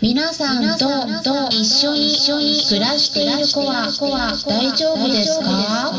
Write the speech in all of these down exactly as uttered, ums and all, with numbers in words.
皆さんと一緒に暮らしている子は大丈夫ですか？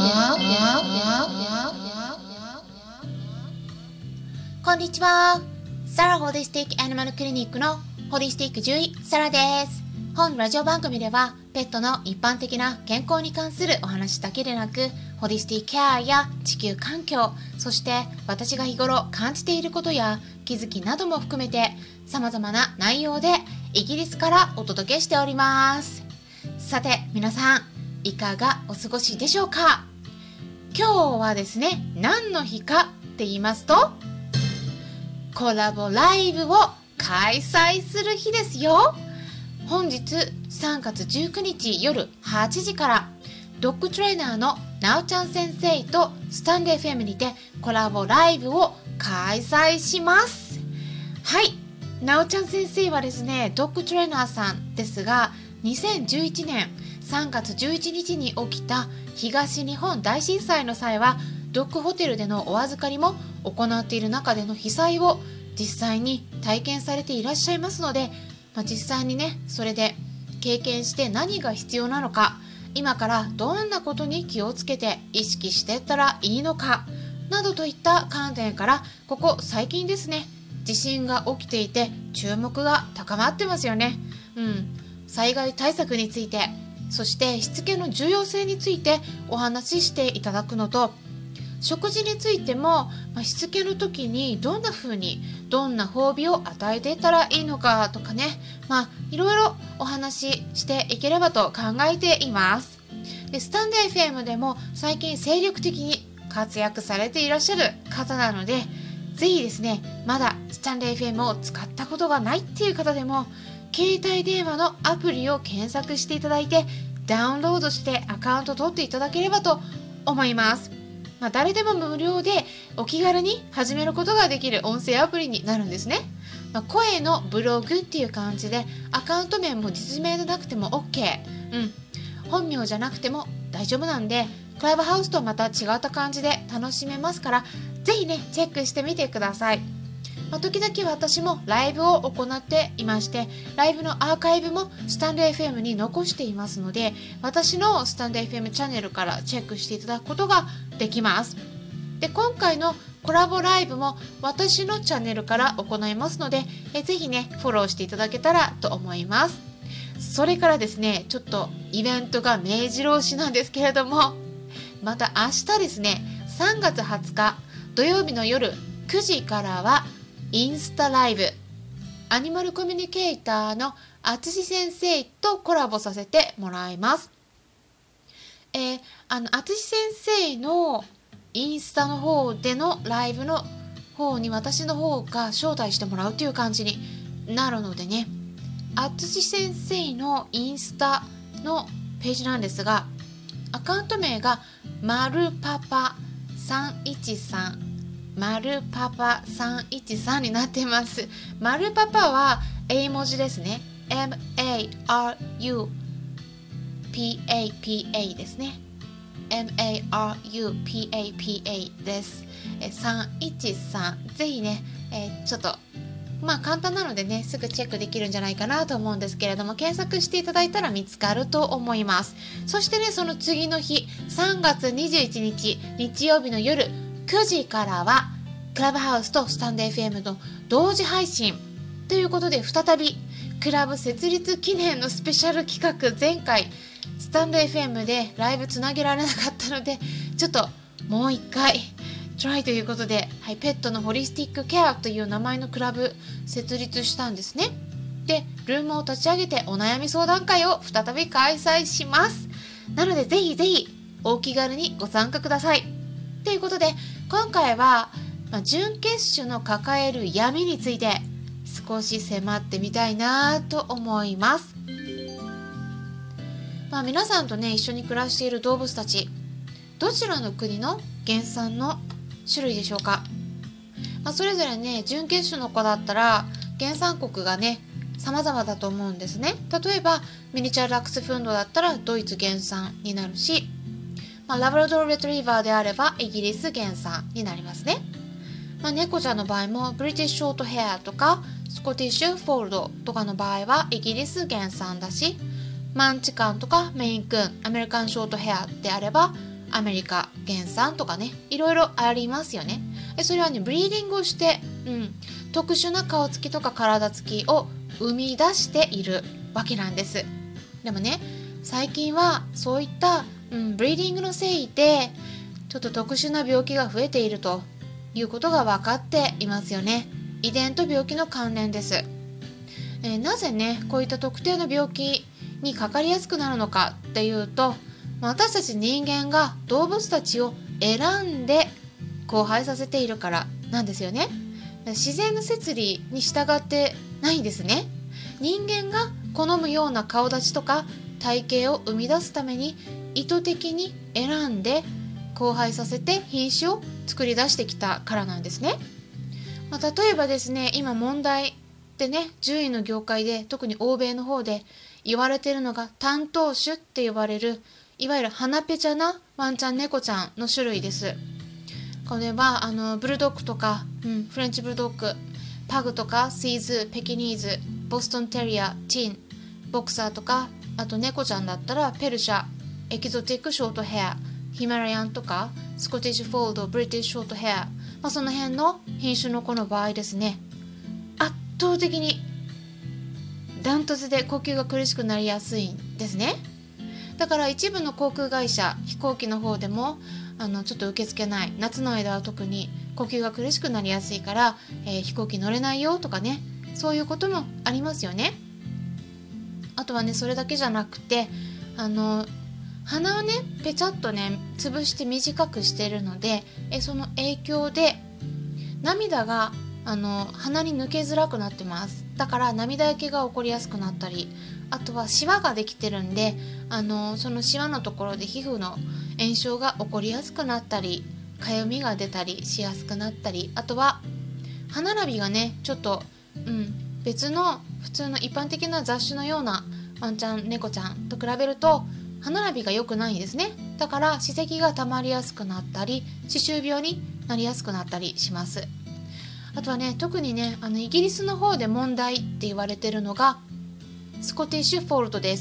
こんにちは。サラホリスティックアニマルクリニックのホリスティック獣医サラです。本ラジオ番組ではペットの一般的な健康に関するお話だけでなく、ホリスティックケアや地球環境、そして私が日頃感じていることや気づきなども含めて様々な内容でイギリスからお届けしております。さて皆さん、いかがお過ごしでしょうか？今日はですね、何の日かって言いますと、コラボライブを開催する日ですよ。本日さんがつじゅうくにち夜はちじからドッグトレーナーのなおちゃん先生とスタンド エフエム にてコラボライブを開催します。はい、なおちゃん先生はですね、ドッグトレーナーさんですが、にせんじゅういちねんさんがつじゅういちにちに起きた東日本大震災の際はドッグホテルでのお預かりも行っている中での被災を実際に体験されていらっしゃいますので、まあ、実際にね、それで経験して何が必要なのか、今からどんなことに気をつけて意識していったらいいのかなどといった観点から、ここ最近ですね、地震が起きていて注目が高まってますよね。うん、災害対策について、そしてしつけの重要性についてお話ししていただくのと、食事についても、まあ、しつけの時にどんな風にどんな褒美を与えていったらいいのかとかね、まあいろいろお話ししていければと考えています。でスタンド エフエム でも最近精力的に活躍されていらっしゃる方なので、ぜひですね、まだスタンド エフエム を使ったことがないっていう方でも、携帯電話のアプリを検索していただいてダウンロードしてアカウント取っていただければと思います。まあ、誰でも無料でお気軽に始めることができる音声アプリになるんですね。まあ、声のブログっていう感じで、アカウント名も実名でなくても OK、うん、本名じゃなくても大丈夫なんで、クラブハウスとまた違った感じで楽しめますから、ぜひねチェックしてみてください。まあ、時々私もライブを行っていまして、ライブのアーカイブもスタンド エフエム に残していますので、私のスタンド エフエム チャンネルからチェックしていただくことができます。で今回のコラボライブも私のチャンネルから行いますので、えぜひねフォローしていただけたらと思います。それからですね、ちょっとイベントが目白押しなんですけれども、また明日ですね、さんがつはつか土曜日の夜くじからはインスタライブ、アニマルコミュニケーターのあつし先生とコラボさせてもらいます。えー、あのあつし先生のインスタの方でのライブの方に私の方が招待してもらうという感じになるのでね、あつし先生のインスタのページなんですが、アカウント名がまるパパさんいちさん、まるパパさんいちさんになっています。まるパパは英文字ですね。 エム エー アール ユー ピー エー ピー エー ですね。 エム エー アール ユー ピー エー ピー エー です。えさんいちさん、ぜひね、えー、ちょっとまあ簡単なのでね、すぐチェックできるんじゃないかなと思うんですけれども、検索していただいたら見つかると思います。そしてね、その次の日さんがつにじゅういちにち日曜日の夜くじからはクラブハウスとスタンド エフエム の同時配信ということで、再びクラブ設立記念のスペシャル企画、前回スタンド エフエム でライブつなげられなかったので、ちょっともう一回トライということで、はい、ペットのホリスティックケアという名前のクラブ設立したんですね。でルームを立ち上げてお悩み相談会を再び開催します。なのでぜひぜひお気軽にご参加ください。ということで今回は、まあ、準決種の抱える闇について少し迫ってみたいなと思います。まあ、皆さんとね一緒に暮らしている動物たち、どちらの国の原産の種類でしょうか。まあ、それぞれね準決種の子だったら原産国がね様々だと思うんですね。例えばミニチュアラックスフンドだったらドイツ原産になるし、まあ、ラブラドールレトリーバーであればイギリス原産になりますね。まあ、猫ちゃんの場合もブリティッシュショートヘアとかスコティッシュフォールドとかの場合はイギリス原産だし、マンチカンとかメインクーン、アメリカンショートヘアであればアメリカ原産とかね、いろいろありますよね。それはね、ブリーディングをして、うん、特殊な顔つきとか体つきを生み出しているわけなんです。でもね、最近はそういった、うん、ブリーディングのせいでちょっと特殊な病気が増えているということが分かっていますよね。遺伝と病気の関連です。えー、なぜね、こういった特定の病気にかかりやすくなるのかっていうと、私たち人間が動物たちを選んで交配させているからなんですよね。自然の摂理に従ってないんですね。人間が好むような顔立ちとか体型を生み出すために意図的に選んで交配させて品種を作り出してきたからなんですね。まあ、例えばですね、今問題でね、獣医の業界で特に欧米の方で言われているのが短頭種って呼ばれる、いわゆる鼻ペチャなワンちゃん猫ちゃんの種類です。これはあのブルドッグとか、うん、フレンチブルドッグ、パグとかシーズ、ペキニーズ、ボストンテリア、ティン、ボクサーとか、あと猫ちゃんだったらペルシャ、エキゾティックショートヘア、ヒマラヤンとかスコティッシュフォールド、ブリティッシュショートヘア、まあ、その辺の品種の子の場合ですね、圧倒的にダントツで呼吸が苦しくなりやすいんですね。だから一部の航空会社、飛行機の方でもあのちょっと受け付けない、夏の間は特に呼吸が苦しくなりやすいから、えー、飛行機乗れないよとかね、そういうこともありますよね。あとはね、それだけじゃなくて、あの鼻をねペチャッとね潰して短くしているので、えその影響で涙があの鼻に抜けづらくなってます。だから涙焼けが起こりやすくなったり、あとはシワができてるんで、あのそのシワのところで皮膚の炎症が起こりやすくなったり、かゆみが出たりしやすくなったり、あとは歯並びがねちょっと、うん、別の普通の一般的な雑種のようなワンちゃん猫ちゃんと比べると歯並びが良くないんですね。だから歯石が溜まりやすくなったり、歯周病になりやすくなったりします。あとはね、特にね、あのイギリスの方で問題って言われてるのがスコティッシュフォールドです。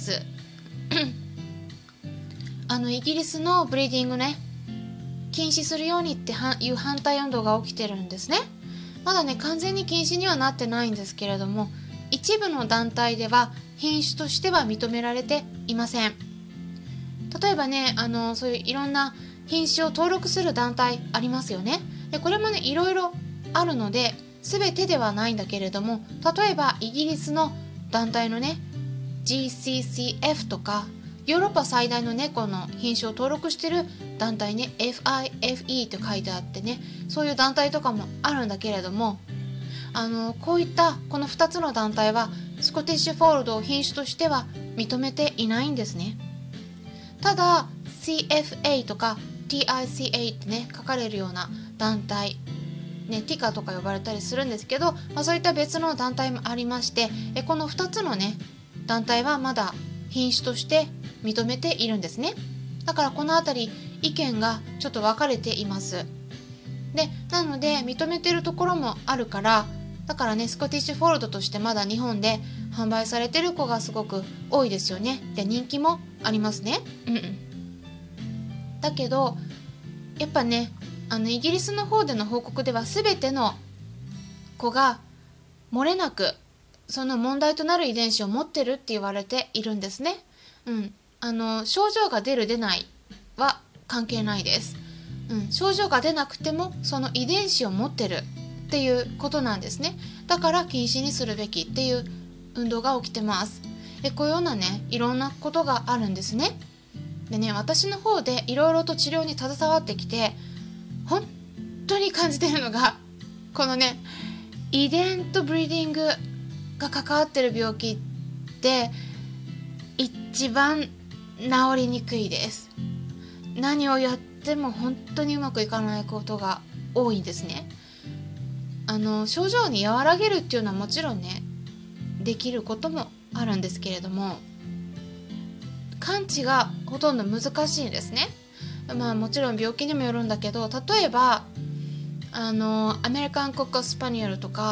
あのイギリスのブリーディングね、禁止するようにっていう反対運動が起きてるんですね。まだね完全に禁止にはなってないんですけれども、一部の団体では品種としては認められていません。例えばね、あのそういういろんな品種を登録する団体ありますよね。でこれもねいろいろあるので全てではないんだけれども、例えばイギリスの団体のね ジーシーシーエフ とか、ヨーロッパ最大の猫の品種を登録してる団体ね エフアイエフイー と書いてあってね、そういう団体とかもあるんだけれども、あのこういったこのふたつの団体はスコティッシュフォールドを品種としては認めていないんですね。ただ シーエフエー とか ティーアイシーエー ってね書かれるような団体ね、ティカとか呼ばれたりするんですけど、まあ、そういった別の団体もありまして、えこのふたつのね団体はまだ品種として認めているんですね。だからこのあたり意見がちょっと分かれています。でなので認めてるところもあるから、だからねスコティッシュフォールドとしてまだ日本で販売されてる子がすごく多いですよね。で人気もありますね。うんうん。だけどやっぱね、あのイギリスの方での報告では全ての子が漏れなくその問題となる遺伝子を持ってるって言われているんですね。うん、あの症状が出る出ないは関係ないです。うん、症状が出なくてもその遺伝子を持ってるっていうことなんですね。だから禁止にするべきっていう運動が起きてます。でこういうようなねいろんなことがあるんですね。でね、私の方でいろいろと治療に携わってきて本当に感じてるのが、このね遺伝とブリーディングが関わってる病気って一番治りにくいです。何をやっても本当にうまくいかないことが多いんですね。あの症状に和らげるっていうのはもちろんねできることもあるんですけれども、完治がほとんど難しいんですね。まあもちろん病気にもよるんだけど、例えばあのアメリカンコックスパニエルとか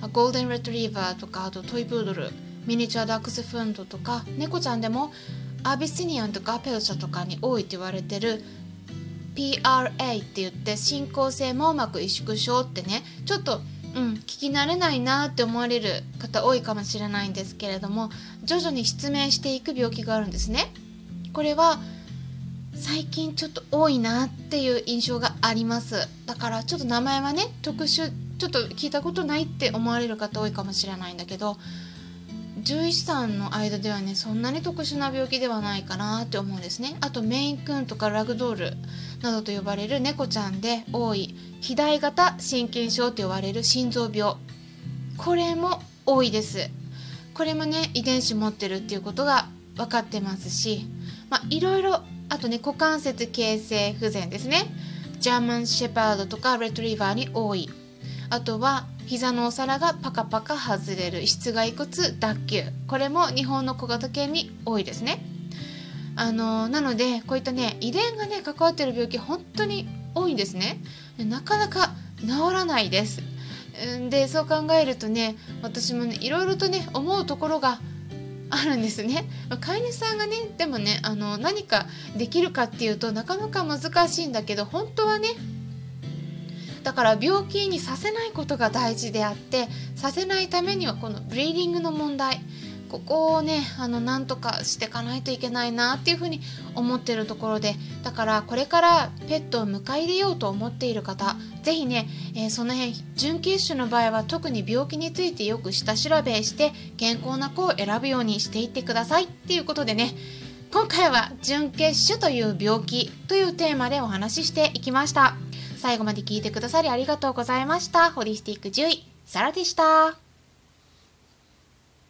ゴールデンレトリーバーとか、あとトイプードル、ミニチュアダックスフンドとか、猫ちゃんでもアビシニアンとかペルシャとかに多いと言われてる ピーアールエー って言って進行性網膜萎縮症ってね、ちょっとうん、聞き慣れないなって思われる方多いかもしれないんですけれども、徐々に失明していく病気があるんですね。これは最近ちょっと多いなっていう印象があります。だからちょっと名前はね特殊、ちょっと聞いたことないって思われる方多いかもしれないんだけど、獣医師さんの間ではねそんなに特殊な病気ではないかなって思うんですね。あとメインクーンとかラグドールなどと呼ばれる猫ちゃんで多い肥大型心筋症と呼ばれる心臓病、これも多いです。これもね遺伝子持ってるっていうことが分かってますし、まあいろいろ、あとね股関節形成不全ですね、ジャーマンシェパードとかレトリーバーに多い。あとは膝のお皿がパカパカ外れる室外骨脱臼、これも日本の小型犬に多いですね。あのなのでこういったね遺伝がね関わってる病気本当に多いんですね。なかなか治らないです。でそう考えるとね、私もねいろいろとね思うところがあるんですね。飼い主さんがねでもねあの何かできるかっていうとなかなか難しいんだけど、本当はねだから病気にさせないことが大事であって、させないためにはこのブリーディングの問題、ここをねあのなんとかしていかないといけないなっていうふうに思っているところで、だからこれからペットを迎え入れようと思っている方、ぜひね、えー、その辺準血種の場合は特に病気についてよく下調べして健康な子を選ぶようにしていってくださいっていうことでね、今回は準血種という病気というテーマでお話ししていきました。最後まで聞いてくださりありがとうございました。ホリスティック獣医サラでした。